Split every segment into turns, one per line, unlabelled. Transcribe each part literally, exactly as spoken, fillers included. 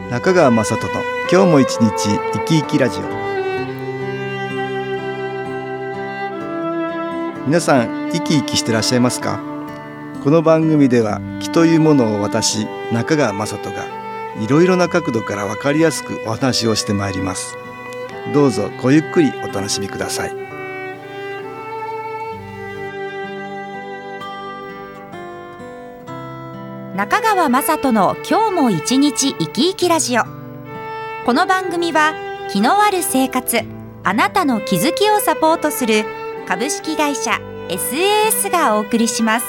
中川雅人の今日も一日生き生きラジオ。皆さん生き生きしてらっしゃいますか？この番組では気というものを私中川雅人がいろいろな角度から分かりやすくお話をしてまいります。どうぞごゆっくりお楽しみください。
中川雅人の今日も一日生き生きラジオ。この番組は気のある生活、あなたの気づきをサポートする株式会社 エスエーエス がお送りします。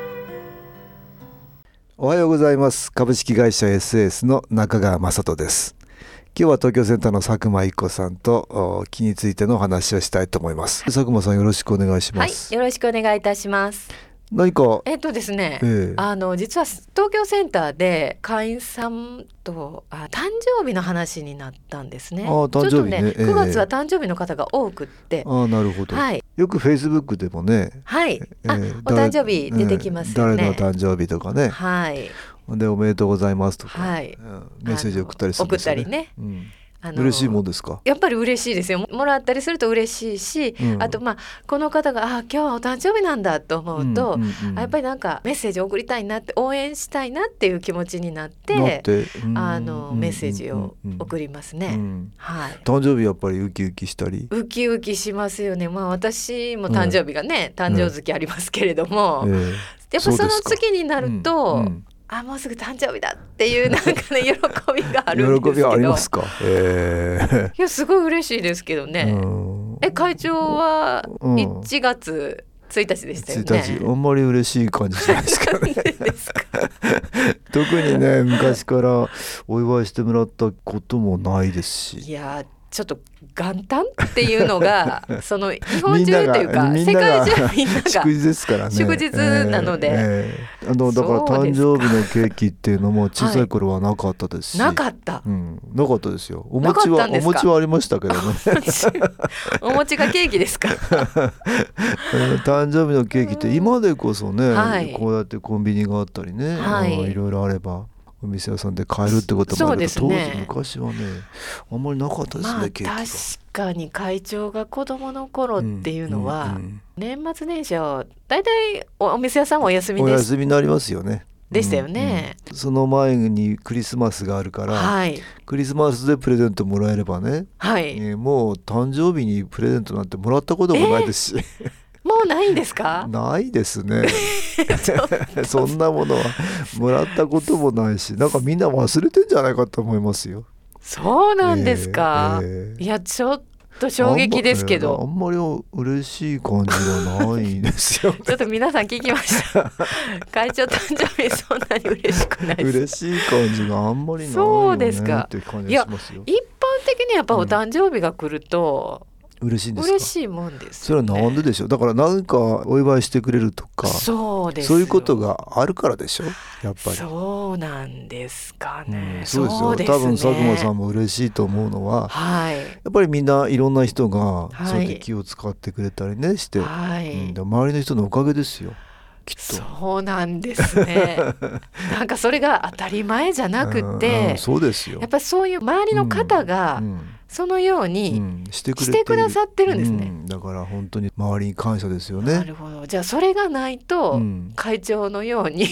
おはようございます。株式会社 エスエーエス の中川雅人です。今日は東京センターの佐久間一子さんと気についてのお話をしたいと思います。佐久間さん、よろしくお願いします。
はい、よろしくお願いいたします。
何か
えっとですね、
ええ、
あの実は東京センターで会員さんとあ誕生日の話になったんですね。
あ誕生日ね、
ちょっとね、
ええ、
くがつは誕生日の方が多くって、
あなるほど、
はい、
よくフェイスブックでもね、
はい、
え
あ
ー
お誕生日出てきますよね、
誰の誕生日とかね、
はい、
でおめでとうございますとか、
はい、
うん、メッセージ送ったりするんですよね。
送ったりね、
うん
あの
嬉しいもんですか？
やっぱり嬉しいですよ。もらったりすると嬉しいし、うん、あとまあこの方があ今日はお誕生日なんだと思うと、うんうんうん、やっぱりなんかメッセージを送りたいなって応援したいなっていう気持ちになってあのメッセージを送りますね、うん、はい、
誕生日やっぱりウキウキしたり
ウキウキしますよね。まあ私も誕生日がね、うん、誕生月ありますけれども、うんえー、やっぱその月になると、うんうんあもうすぐ誕生日だっていうなんかね喜びがあるんですけど
喜びはありますか？えー、
いやすごい嬉しいですけどね。え会長はいちがつついたちでしたよね。
ついたちあんまり嬉しい感じじゃないですかね。
ですか
特にね昔からお祝いしてもらったこともないですし、
いやちょっと元旦っていうのがその日本中というか世界中みんなが
祝日ですからね。
祝日なので、
えーえー、あのだから誕生日のケーキっていうのも小さい頃はなかったですし、
はい、なかった、
うん、なかったですよ。お餅はお餅はありましたけどね。
お餅がケーキですか？
誕生日のケーキって今でこそね、
はい、
こうやってコンビニがあったりね、はい、いろいろあればお店屋さんで買えるってこともあるけど、ね、当時昔はねあんまりなかったですね、
まあ、
ケーキが。
確かに会長が子供の頃っていうのは、うんうんうん、年末年始はだいたいお店屋さんもお休みです
お休みになりますよね。
でしたよね、
うんうん、その前にクリスマスがあるから、はい、クリスマスでプレゼントもらえればね、
はい
えー、もう誕生日にプレゼントなんてもらったこともないですし、えー
もうないんですか？
ないですねそんなものはもらったこともないし、なんかみんな忘れてんじゃないかと思いますよ。
そうなんですか、えーえー、いやちょっと衝撃ですけど、
あんまり嬉しい感じがないんですよ、ね、
ちょっと皆さん聞きました会長誕生日そんなに嬉しくないです。
嬉しい感じがあんまりないよねって感じがしますよ。
いや一般的にやっぱお誕生日が来ると、うん
嬉しいんですか？
嬉しいもんですよね。
それはなんででしょう。だから何かお祝いしてくれるとか、
そうですよ、
そういうことがあるからでしょ、やっぱり。
そうなんですかね、
うん、そうですよ。
そうですね、
多分佐久間さんも嬉しいと思うのは、
はい、
やっぱりみんないろんな人がそうやって気を使ってくれたりねして、
はい
うん、周りの人のおかげですよ、きっと。
そうなんですねなんかそれが当たり前じゃなくて、
うんうん、そうですよ。
やっぱりそういう周りの方が、うんうんそのようにしてくれている、してくださってるんですね、うん、
だから本当に周りに感謝ですよね。
なるほど。じゃあそれがないと、うん、会長のように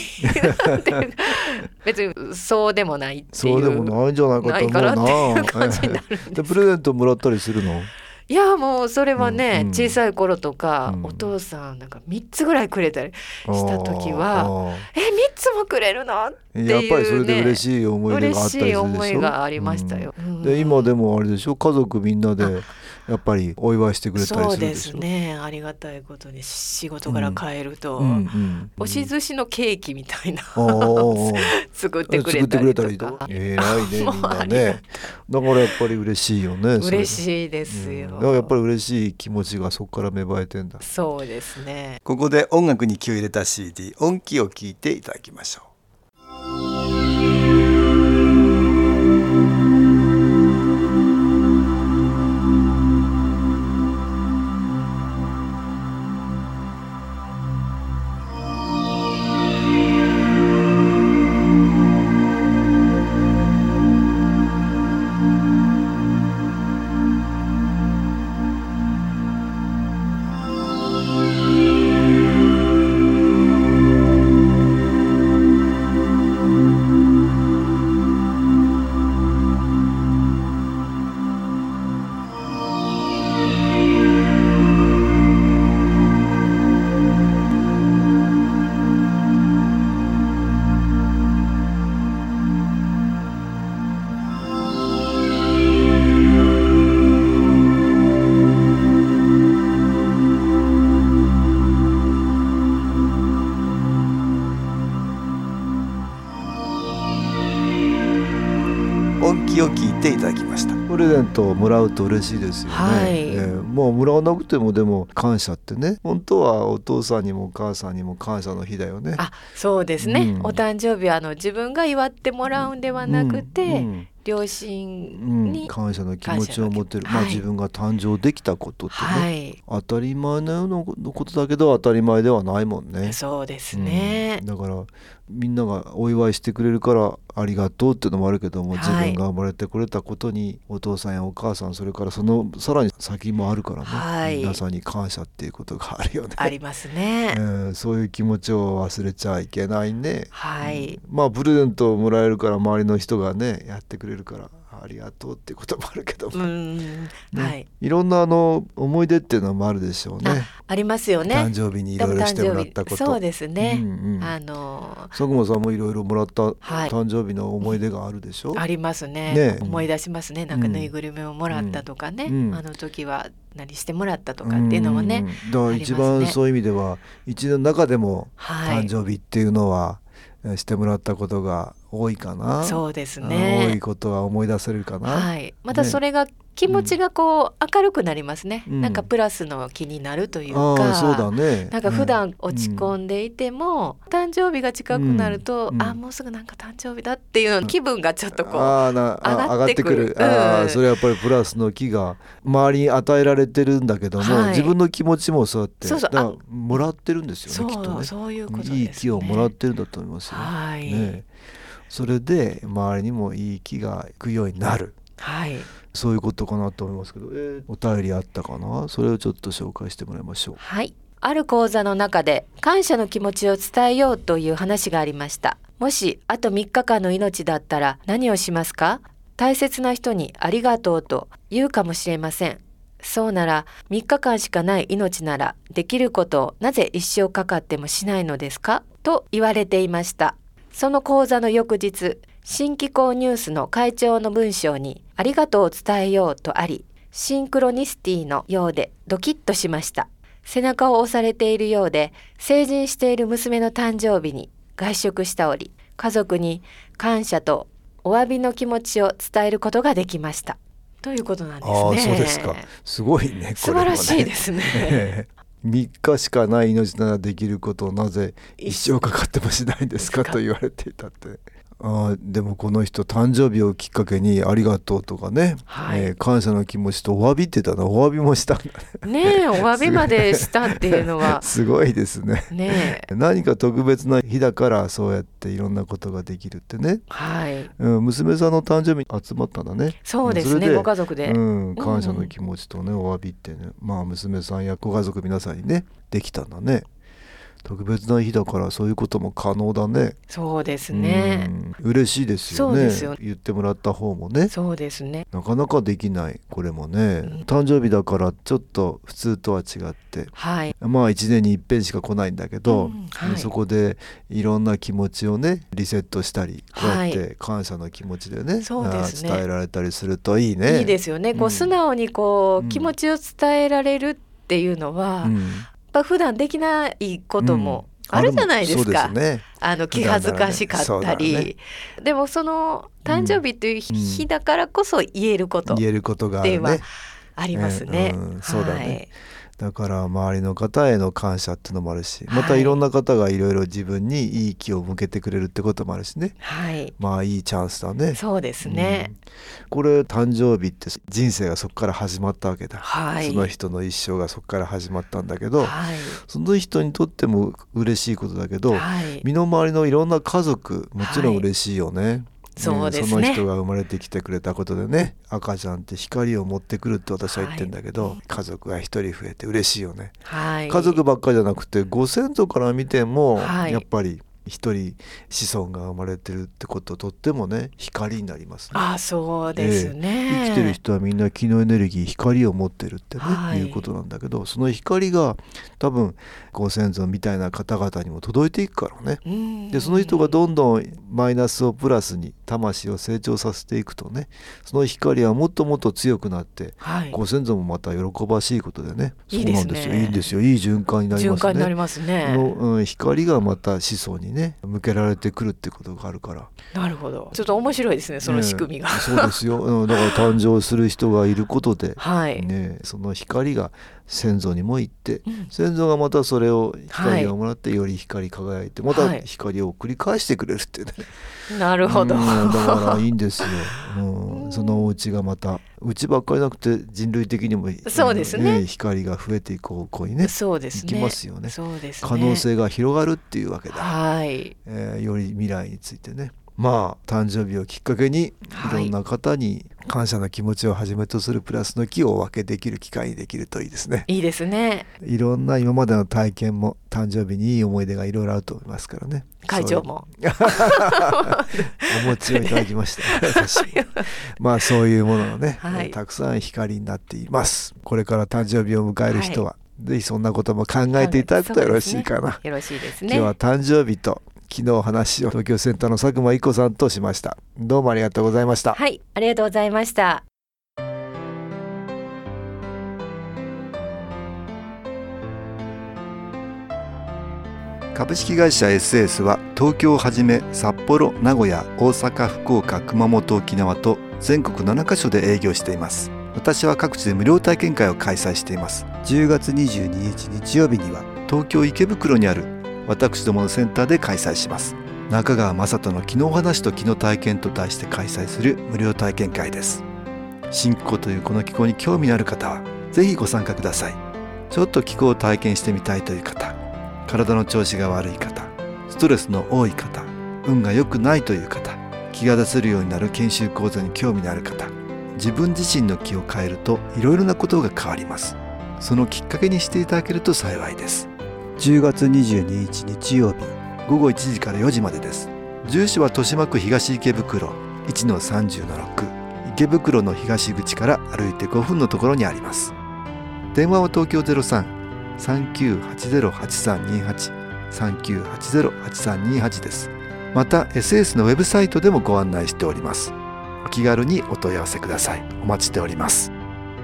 別にそうでもないっていう、
そうでもないんじゃないかと思うな。
ないからっていう感じになるんです
でプレゼントもらったりするの？
いやもうそれはね、うんうん、小さい頃とか、うん、お父さんなんかみっつぐらいくれたりした時はえみっつもくれるのっていう、ね、
やっぱりそれで嬉しい思い出があったりするでしょ。
嬉しい思いがありましたよ、うん、
で今でもあれでしょ、家族みんなでやっぱりお祝いしてくれたりするでしょ。
そうですね、ありがたいことに仕事から帰ると、うんうんうん、押し寿司のケーキみたいな作ってくれたりとか、
えらいねみんなね。だからやっぱり嬉しいよね。
嬉しいですよ、
うん、だからやっぱり嬉しい気持ちがそこから芽生えてんだ。
そうですね。
ここで音楽に気を入れた シーディー 音気を聞いていただきましょう。 音気を聞いていただきました。プレゼントをもらうと嬉しいですよね、
はい、
えー、もうもらわなくてもでも感謝ってね、本当はお父さんにもお母さんにも感謝の日だよね。
あ、そうですね、
うん、
お誕生日はあの自分が祝ってもらうんではなくて、うんうん、両親に、
うん、感謝の気持ちを持ってる、
はい、
まあ、自分が誕生できたことってね、
はい、
当たり前のようなことだけど当たり前ではないもんね。
そうですね、
うん、だからみんながお祝いしてくれるからありがとうっていうのもあるけども、はい、自分が生まれてくれたことにお父さんやお母さん、それからそのさらに先もあるからね、はい、皆さんに感謝っていうことがあるよね。
ありますね、
えー、そういう気持ちを忘れちゃいけないね、
はい、
うん、まあプレゼントをもらえるから周りの人がねやってくれるからありがとうっていうこともあるけども、うんね、はい、いろんなあの思い出っていうのもあるでしょうね。
あ, ありますよね。
誕生日にいろいろしてもらったこと。
そうですね、
うんうん、
あのー、
佐久間さんもいろいろもらった誕生日の思い出があるでしょ、
はい、あります ね, ね思い出しますね。なんかぬいぐるみをもらったとかね、うん、あの時は何してもらったとかっていうのもね、うんうん、
だから一番そういう意味では一年の中でも誕生日っていうのはしてもらったことが多いかな。
そうですね、
多いことは思い出せるかな、
はい、またそれが気持ちがこう明るくなりますね、うん、なんかプラスの気になるというか、
あ、そうだね、
なんか普段落ち込んでいても、うん、誕生日が近くなると、うん、あ、もうすぐなんか誕生日だっていう気分がちょっとこう、あなあ
上がってくる、あ、うん、それはやっぱりプラスの気が周りに与えられてるんだけども、はい、自分の気持ちもそうやってそうそう、だからもらってるんですよね、きっとね。
そういうことですね。
いい気をもらってるんだと思いますよ、はい、ね、それで周りにもいい気がいくようになる、はい、そういうことかなと思いますけど、えー、お便りあったかな。それをちょっと紹介してもらいましょう。
はい、ある講座の中で感謝の気持ちを伝えようという話がありました。もしあとみっかかんの命だったら何をしますか？大切な人にありがとうと言うかもしれません。そうならみっかかんしかない命ならできることをなぜ一生かかってもしないのですか？と言われていました。その講座の翌日、新機構ニュースの会長の文章にありがとうを伝えようとあり、シンクロニシティのようでドキッとしました。背中を押されているようで、成人している娘の誕生日に外食したおり、家族に感謝とお詫びの気持ちを伝えることができましたということなんですね。
ああ、そうですか。すごいね、これはね、
素晴らしいですね
みっかしかない命ならできることをなぜ一生かかってもしないんですかと言われていたって。あ、でもこの人誕生日をきっかけにありがとうとかね、はい、えー、感謝の気持ちとお詫びって言ったの、お詫びもしたんだね。
ねえ、お詫びまでしたっていうのは
すごいですね。ねえ、何か特別な日だからそうやっていろんなことができるってね、はい、うん、娘さんの誕生日に集まったんだね。
そうですね、ご家族で、
うん、感謝の気持ちとね、お詫びってね、まあ娘さんやご家族皆さんにねできたんだね。特別な日だからそういうことも可能だね。
そうですね、
うん、嬉しいですよね。そうですよ。言ってもらった方もね。
そうですね。
なかなかできないこれもね、うん、誕生日だからちょっと普通とは違って、はい、まあいちねんに一遍しか来ないんだけど、うんはい、そこでいろんな気持ちをねリセットしたり、こうやって感謝の気持ちでね、そうですね、伝えられたりするといいね。
いいですよね。こう素直にこう、うん、気持ちを伝えられるっていうのは、うん、普段できないこともあるじゃないですか、うん、そうですね、あの気恥ずかしかったり、ね、でもその誕生日という日だからこそ言えること、
言えることがあるね、
ありますね、
うんうん、そうだね、はい、だから周りの方への感謝っていうのもあるし、またいろんな方がいろいろ自分にいい気を向けてくれるってこともあるしね、はい、まあいいチャンスだね。
そうですね、うん、
これ誕生日って人生がそこから始まったわけだ、はい、その人の一生がそこから始まったんだけど、はい、その人にとっても嬉しいことだけど、はい、身の回りのいろんな家族もちろん嬉しいよね、はい、そうですね、その人が生まれてきてくれたことでね、赤ちゃんって光を持ってくるって私は言ってんだけど、はい、家族が一人増えて嬉しいよね、はい、家族ばっかりじゃなくてご先祖から見ても、はい、やっぱり一人子孫が生まれてるってこととってもね光になりますね。
あ、そうですね、
えー、生きてる人はみんな気のエネルギー、光を持ってるってね、はい、いうことなんだけど、その光が多分ご先祖みたいな方々にも届いていくからね。でその人がどんどんマイナスをプラスに魂を成長させていくとね、その光はもっともっと強くなって、はい、ご先祖もまた喜ばしいことでね、
いいですね、
そうなんですよ、いいんですよ、いい循環になりますね。
循環になりますね。
の、うん、光がまた子孫ににね向けられてくるってことがあるから。
なるほど、ちょっと面白いですね、その仕組みが、
ね、そうですよだから誕生する人がいることで、
はい
ね、その光が先祖にも行って、うん、先祖がまたそれを光をもらってより光り輝いて、また光を繰り返してくれるっていうね、
はい、なるほど、
うん、だからいいんですよ、うん、そのお家がまたうちばっかりなくて人類的にも
そうですね、
ね、光が増えていく方向にね、
そうですね、
行きますよね。
そうですね、
可能性が広がるっていうわけだ、
はい、
えー、より未来についてね、まあ誕生日をきっかけにいろんな方に感謝の気持ちをはじめとするプラスの気をお分けできる機会にできるといいですね。
いいですね。
いろんな今までの体験も誕生日にいい思い出がいろいろあると思いますからね。
会長も
お餅をいただきました私まあそういうものをね、
はい、
たくさん光になっています。これから誕生日を迎える人は、はい、ぜひそんなことも考えていただくとよろしいかな、
ね、よろしいですね。
今日は誕生日と昨日話を東京センターの佐久間一子さんとしました。どうもありがとうございました。
はい、ありがとうございました。
株式会社 エスエス は東京をはじめ札幌、名古屋、大阪、福岡、熊本、沖縄と全国ななカ所で営業しています。私は各地で無料体験会を開催しています。じゅうがつにじゅうににち日曜日には東京池袋にある私どものセンターで開催します。中川雅人の気の話と気の体験と題して開催する無料体験会です。新気候というこの気候に興味のある方はぜひご参加ください。ちょっと気候を体験してみたいという方、体の調子が悪い方、ストレスの多い方、運が良くないという方、気が出せるようになる研修講座に興味のある方、自分自身の気を変えるといろいろなことが変わります。そのきっかけにしていただけると幸いです。じゅうがつにじゅうににち日曜日ごごいちじからよじまでです。住所は豊島区東池袋 いちのさんじゅうのろく、 池袋の東口から歩いてごふんのところにあります。電話は東京 ゼロさん さんきゅうはちゼロ はちさんにはち さんきゅうはちゼロ はちさんにはちです。また エスエス のウェブサイトでもご案内しております。お気軽にお問い合わせください。お待ちしております。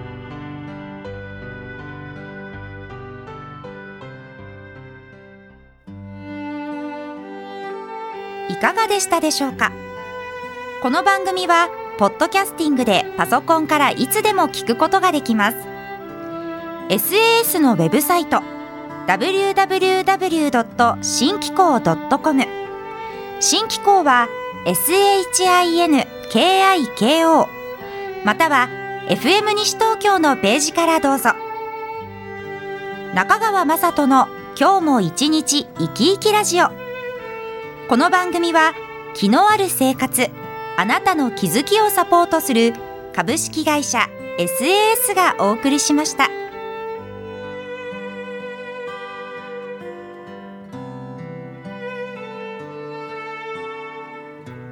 いかがでしたでしょうか。この番組はポッドキャスティングでパソコンからいつでも聞くことができます。 エスエーエス のウェブサイト ダブリューダブリューダブリュードットシンキコードットコム、 新気候は エスエイチアイエヌケーアイケーオー または エフエム 西東京のページからどうぞ。中川雅人の今日も一日生き生きラジオ。この番組は気のある生活、あなたの気づきをサポートする株式会社 エスエーエス がお送りしました。